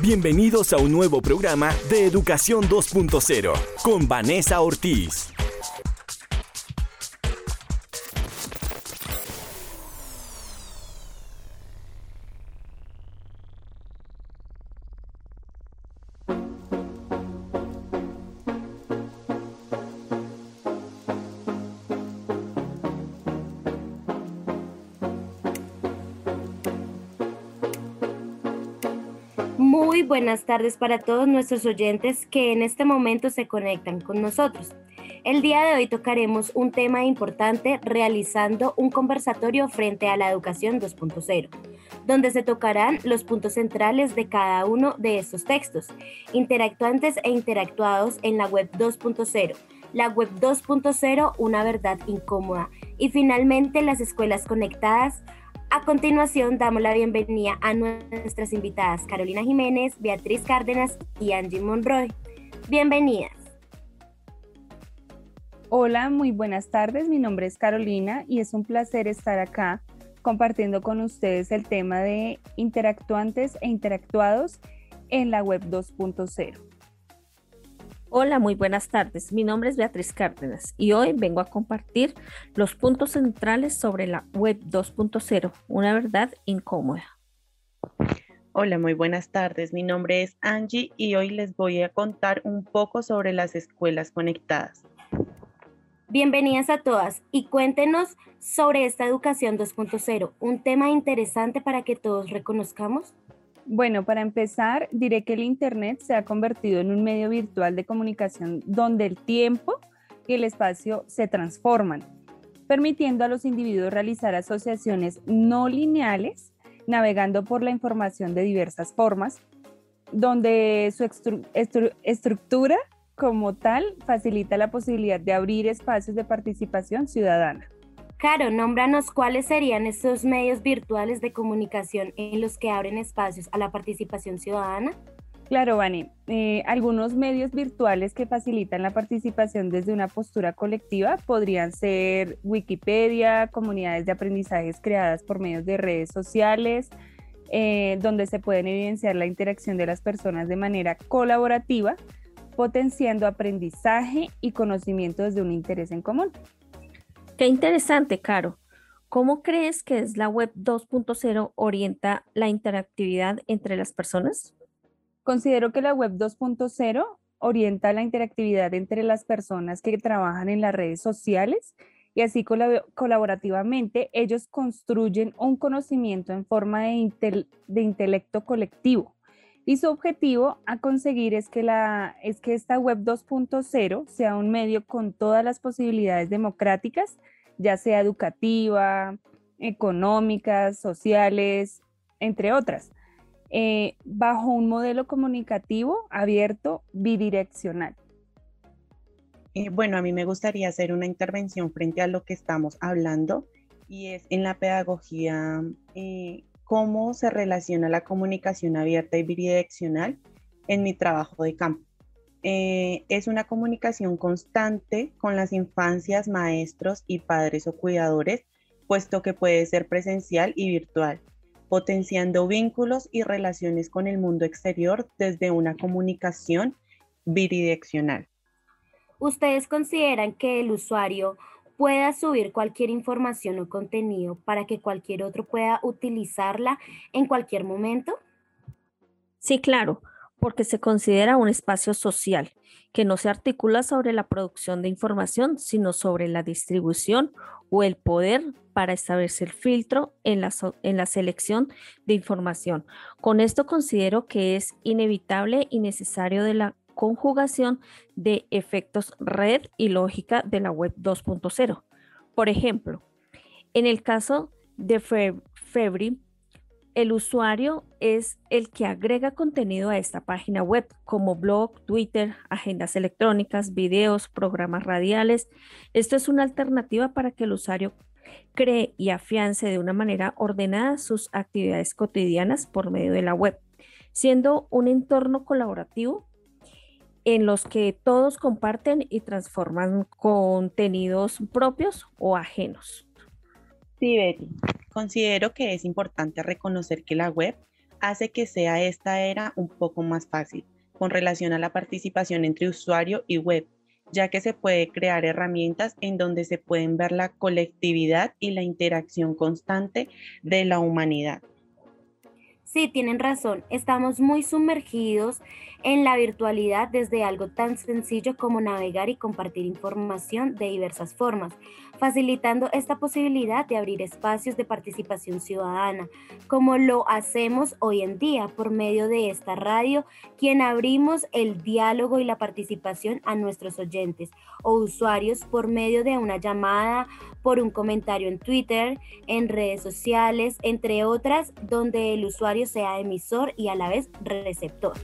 Bienvenidos a un nuevo programa de Educación 2.0 con Vanessa Ortiz. Muy buenas tardes para todos nuestros oyentes que en este momento se conectan con nosotros. El día de hoy tocaremos un tema importante realizando un conversatorio frente a la educación 2.0, donde se tocarán los puntos centrales de cada uno de estos textos, interactuantes e interactuados en la web 2.0, la web 2.0, una verdad incómoda, y finalmente las escuelas conectadas. A continuación, damos la bienvenida a nuestras invitadas Carolina Jiménez, Beatriz Cárdenas y Angie Monroy. Bienvenidas. Hola, muy buenas tardes. Mi nombre es Carolina y es un placer estar acá compartiendo con ustedes el tema de interactuantes e interactuados en la web 2.0. Hola, muy buenas tardes. Mi nombre es Beatriz Cárdenas y hoy vengo a compartir los puntos centrales sobre la web 2.0, una verdad incómoda. Hola, muy buenas tardes. Mi nombre es Angie y hoy les voy a contar un poco sobre las escuelas conectadas. Bienvenidas a todas y cuéntenos sobre esta educación 2.0, un tema interesante para que todos reconozcamos. Bueno, para empezar, diré que el Internet se ha convertido en un medio virtual de comunicación donde el tiempo y el espacio se transforman, permitiendo a los individuos realizar asociaciones no lineales, navegando por la información de diversas formas, donde su estructura como tal facilita la posibilidad de abrir espacios de participación ciudadana. Caro, nómbranos cuáles serían estos medios virtuales de comunicación en los que abren espacios a la participación ciudadana. Claro, Vane, algunos medios virtuales que facilitan la participación desde una postura colectiva podrían ser Wikipedia, comunidades de aprendizajes creadas por medios de redes sociales, donde se pueden evidenciar la interacción de las personas de manera colaborativa, potenciando aprendizaje y conocimiento desde un interés en común. Qué interesante, Caro. ¿Cómo crees que es la web 2.0 orienta la interactividad entre las personas? Considero que la web 2.0 orienta la interactividad entre las personas que trabajan en las redes sociales y así colaborativamente ellos construyen un conocimiento en forma de intelecto colectivo. Y su objetivo a conseguir es que esta web 2.0 sea un medio con todas las posibilidades democráticas, ya sea educativa, económicas, sociales, entre otras, bajo un modelo comunicativo abierto bidireccional. Bueno, a mí me gustaría hacer una intervención frente a lo que estamos hablando y es en la pedagogía. ¿Cómo se relaciona la comunicación abierta y bidireccional en mi trabajo de campo? Es una comunicación constante con las infancias, maestros y padres o cuidadores, puesto que puede ser presencial y virtual, potenciando vínculos y relaciones con el mundo exterior desde una comunicación bidireccional. ¿Ustedes consideran que el usuario pueda subir cualquier información o contenido para que cualquier otro pueda utilizarla en cualquier momento? Sí, claro, porque se considera un espacio social que no se articula sobre la producción de información, sino sobre la distribución o el poder para establecer filtro en la selección de información. Con esto considero que es inevitable y necesario de la conjugación de efectos red y lógica de la web 2.0. Por ejemplo, en el caso de Febri, el usuario es el que agrega contenido a esta página web, como blog, Twitter, agendas electrónicas, videos, programas radiales. Esto es una alternativa para que el usuario cree y afiance de una manera ordenada sus actividades cotidianas por medio de la web, siendo un entorno colaborativo en los que todos comparten y transforman contenidos propios o ajenos. Sí, Betty. Considero que es importante reconocer que la web hace que sea esta era un poco más fácil con relación a la participación entre usuario y web, ya que se puede crear herramientas en donde se pueden ver la colectividad y la interacción constante de la humanidad. Sí, tienen razón. Estamos muy sumergidos en la virtualidad desde algo tan sencillo como navegar y compartir información de diversas formas, facilitando esta posibilidad de abrir espacios de participación ciudadana, como lo hacemos hoy en día por medio de esta radio, quien abrimos el diálogo y la participación a nuestros oyentes o usuarios por medio de una llamada, por un comentario en Twitter, en redes sociales, entre otras, donde el usuario sea emisor y a la vez receptor.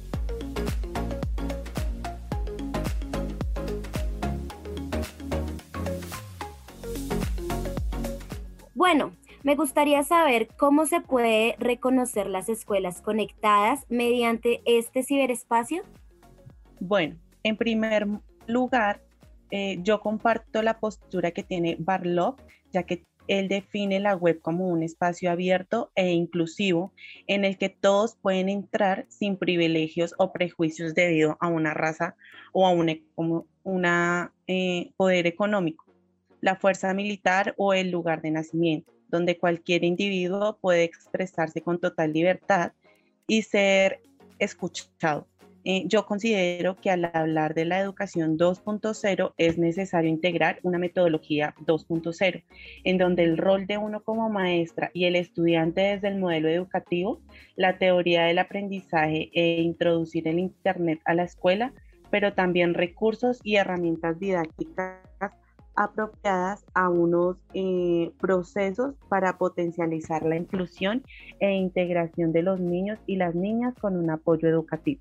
Bueno, me gustaría saber cómo se puede reconocer las escuelas conectadas mediante este ciberespacio. Bueno, en primer lugar, yo comparto la postura que tiene Barlow, ya que él define la web como un espacio abierto e inclusivo en el que todos pueden entrar sin privilegios o prejuicios debido a una raza o a una poder económico, la fuerza militar o el lugar de nacimiento, donde cualquier individuo puede expresarse con total libertad y ser escuchado. Yo considero que al hablar de la educación 2.0 es necesario integrar una metodología 2.0, en donde el rol de uno como maestra y el estudiante desde el modelo educativo, la teoría del aprendizaje e introducir el Internet a la escuela, pero también recursos y herramientas didácticas apropiadas a unos procesos para potencializar la inclusión e integración de los niños y las niñas con un apoyo educativo.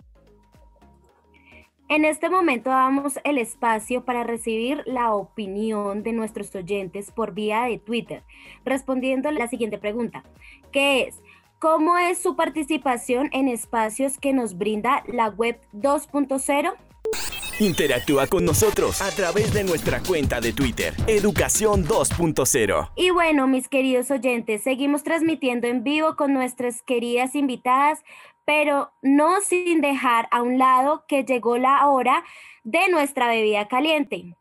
En este momento damos el espacio para recibir la opinión de nuestros oyentes por vía de Twitter, respondiendo la siguiente pregunta, que es, ¿cómo es su participación en espacios que nos brinda la web 2.0? Interactúa con nosotros a través de nuestra cuenta de Twitter, Educación 2.0. Y bueno, mis queridos oyentes, seguimos transmitiendo en vivo con nuestras queridas invitadas, pero no sin dejar a un lado que llegó la hora de nuestra bebida caliente.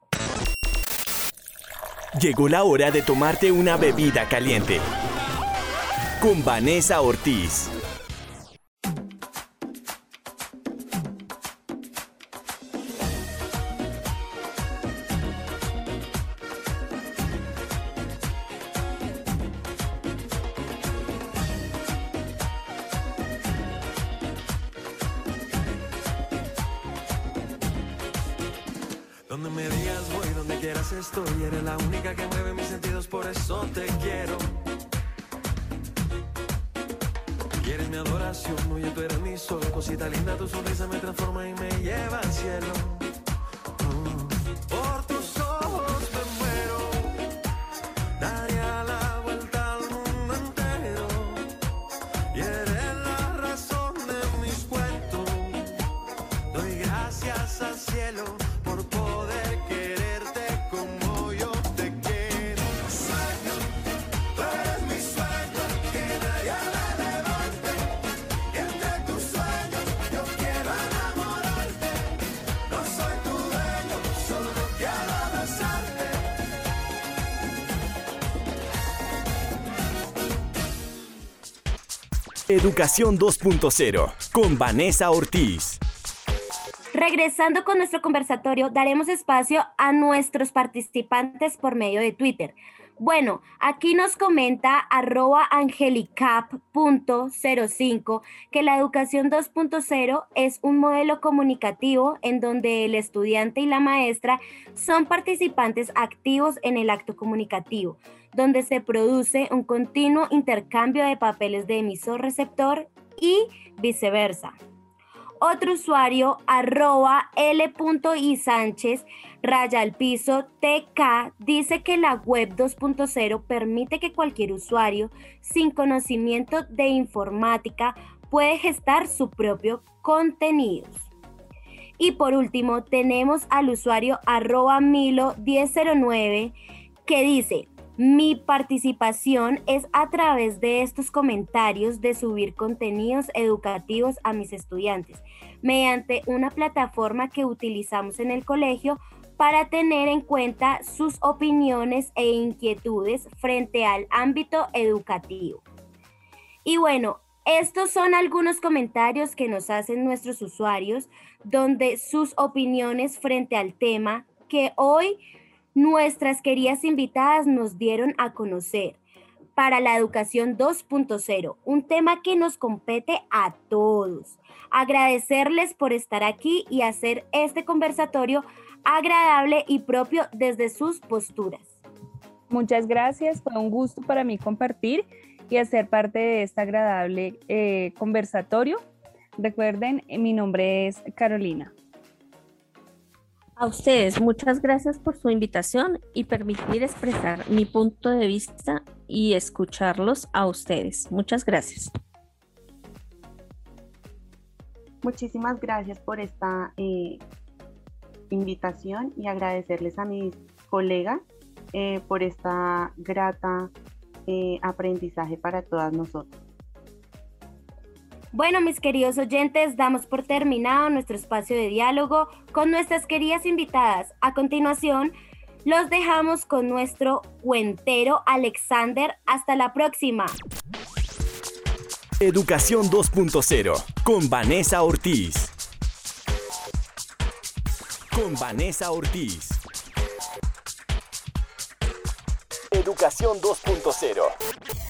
Llegó la hora de tomarte una bebida caliente. Con Vanessa Ortiz. Donde me digas voy, donde quieras estoy. Eres la única que mueve mis sentidos, por eso te quiero. Y eres mi adoración, oye, tú eres mi sol. Cosita linda, tu sonrisa me transforma y me lleva al cielo. Por tus ojos me muero. Daría la vuelta al mundo entero. Y eres la razón de mis cuentos. Doy gracias al cielo por poder quererte como yo te quiero. Sueño, tú eres mi sueño, que nadie me levante. Y entre tus sueños yo quiero enamorarte. No soy tu dueño, solo quiero abrazarte. Educación 2.0 con Vanessa Ortiz. Regresando con nuestro conversatorio, daremos espacio a nuestros participantes por medio de Twitter. Bueno, aquí nos comenta @angelicap.05 que la educación 2.0 es un modelo comunicativo en donde el estudiante y la maestra son participantes activos en el acto comunicativo, donde se produce un continuo intercambio de papeles de emisor-receptor y viceversa. Otro usuario, @l.isánchez_TK, dice que la web 2.0 permite que cualquier usuario sin conocimiento de informática puede gestar su propio contenido. Y por último, tenemos al usuario @Milo1009 que dice: Mi participación es a través de estos comentarios de subir contenidos educativos a mis estudiantes mediante una plataforma que utilizamos en el colegio para tener en cuenta sus opiniones e inquietudes frente al ámbito educativo. Y bueno, estos son algunos comentarios que nos hacen nuestros usuarios, donde sus opiniones frente al tema que hoy nuestras queridas invitadas nos dieron a conocer para la educación 2.0, un tema que nos compete a todos. Agradecerles por estar aquí y hacer este conversatorio agradable y propio desde sus posturas. Muchas gracias, fue un gusto para mí compartir y hacer parte de este agradable conversatorio. Recuerden, mi nombre es Carolina. A ustedes, muchas gracias por su invitación y permitir expresar mi punto de vista y escucharlos a ustedes. Muchas gracias. Muchísimas gracias por esta invitación y agradecerles a mis colegas por esta grata aprendizaje para todas nosotras. Bueno, mis queridos oyentes, damos por terminado nuestro espacio de diálogo con nuestras queridas invitadas. A continuación, los dejamos con nuestro cuentero Alexander. Hasta la próxima. Educación 2.0 con Vanessa Ortiz. Con Vanessa Ortiz. Educación 2.0.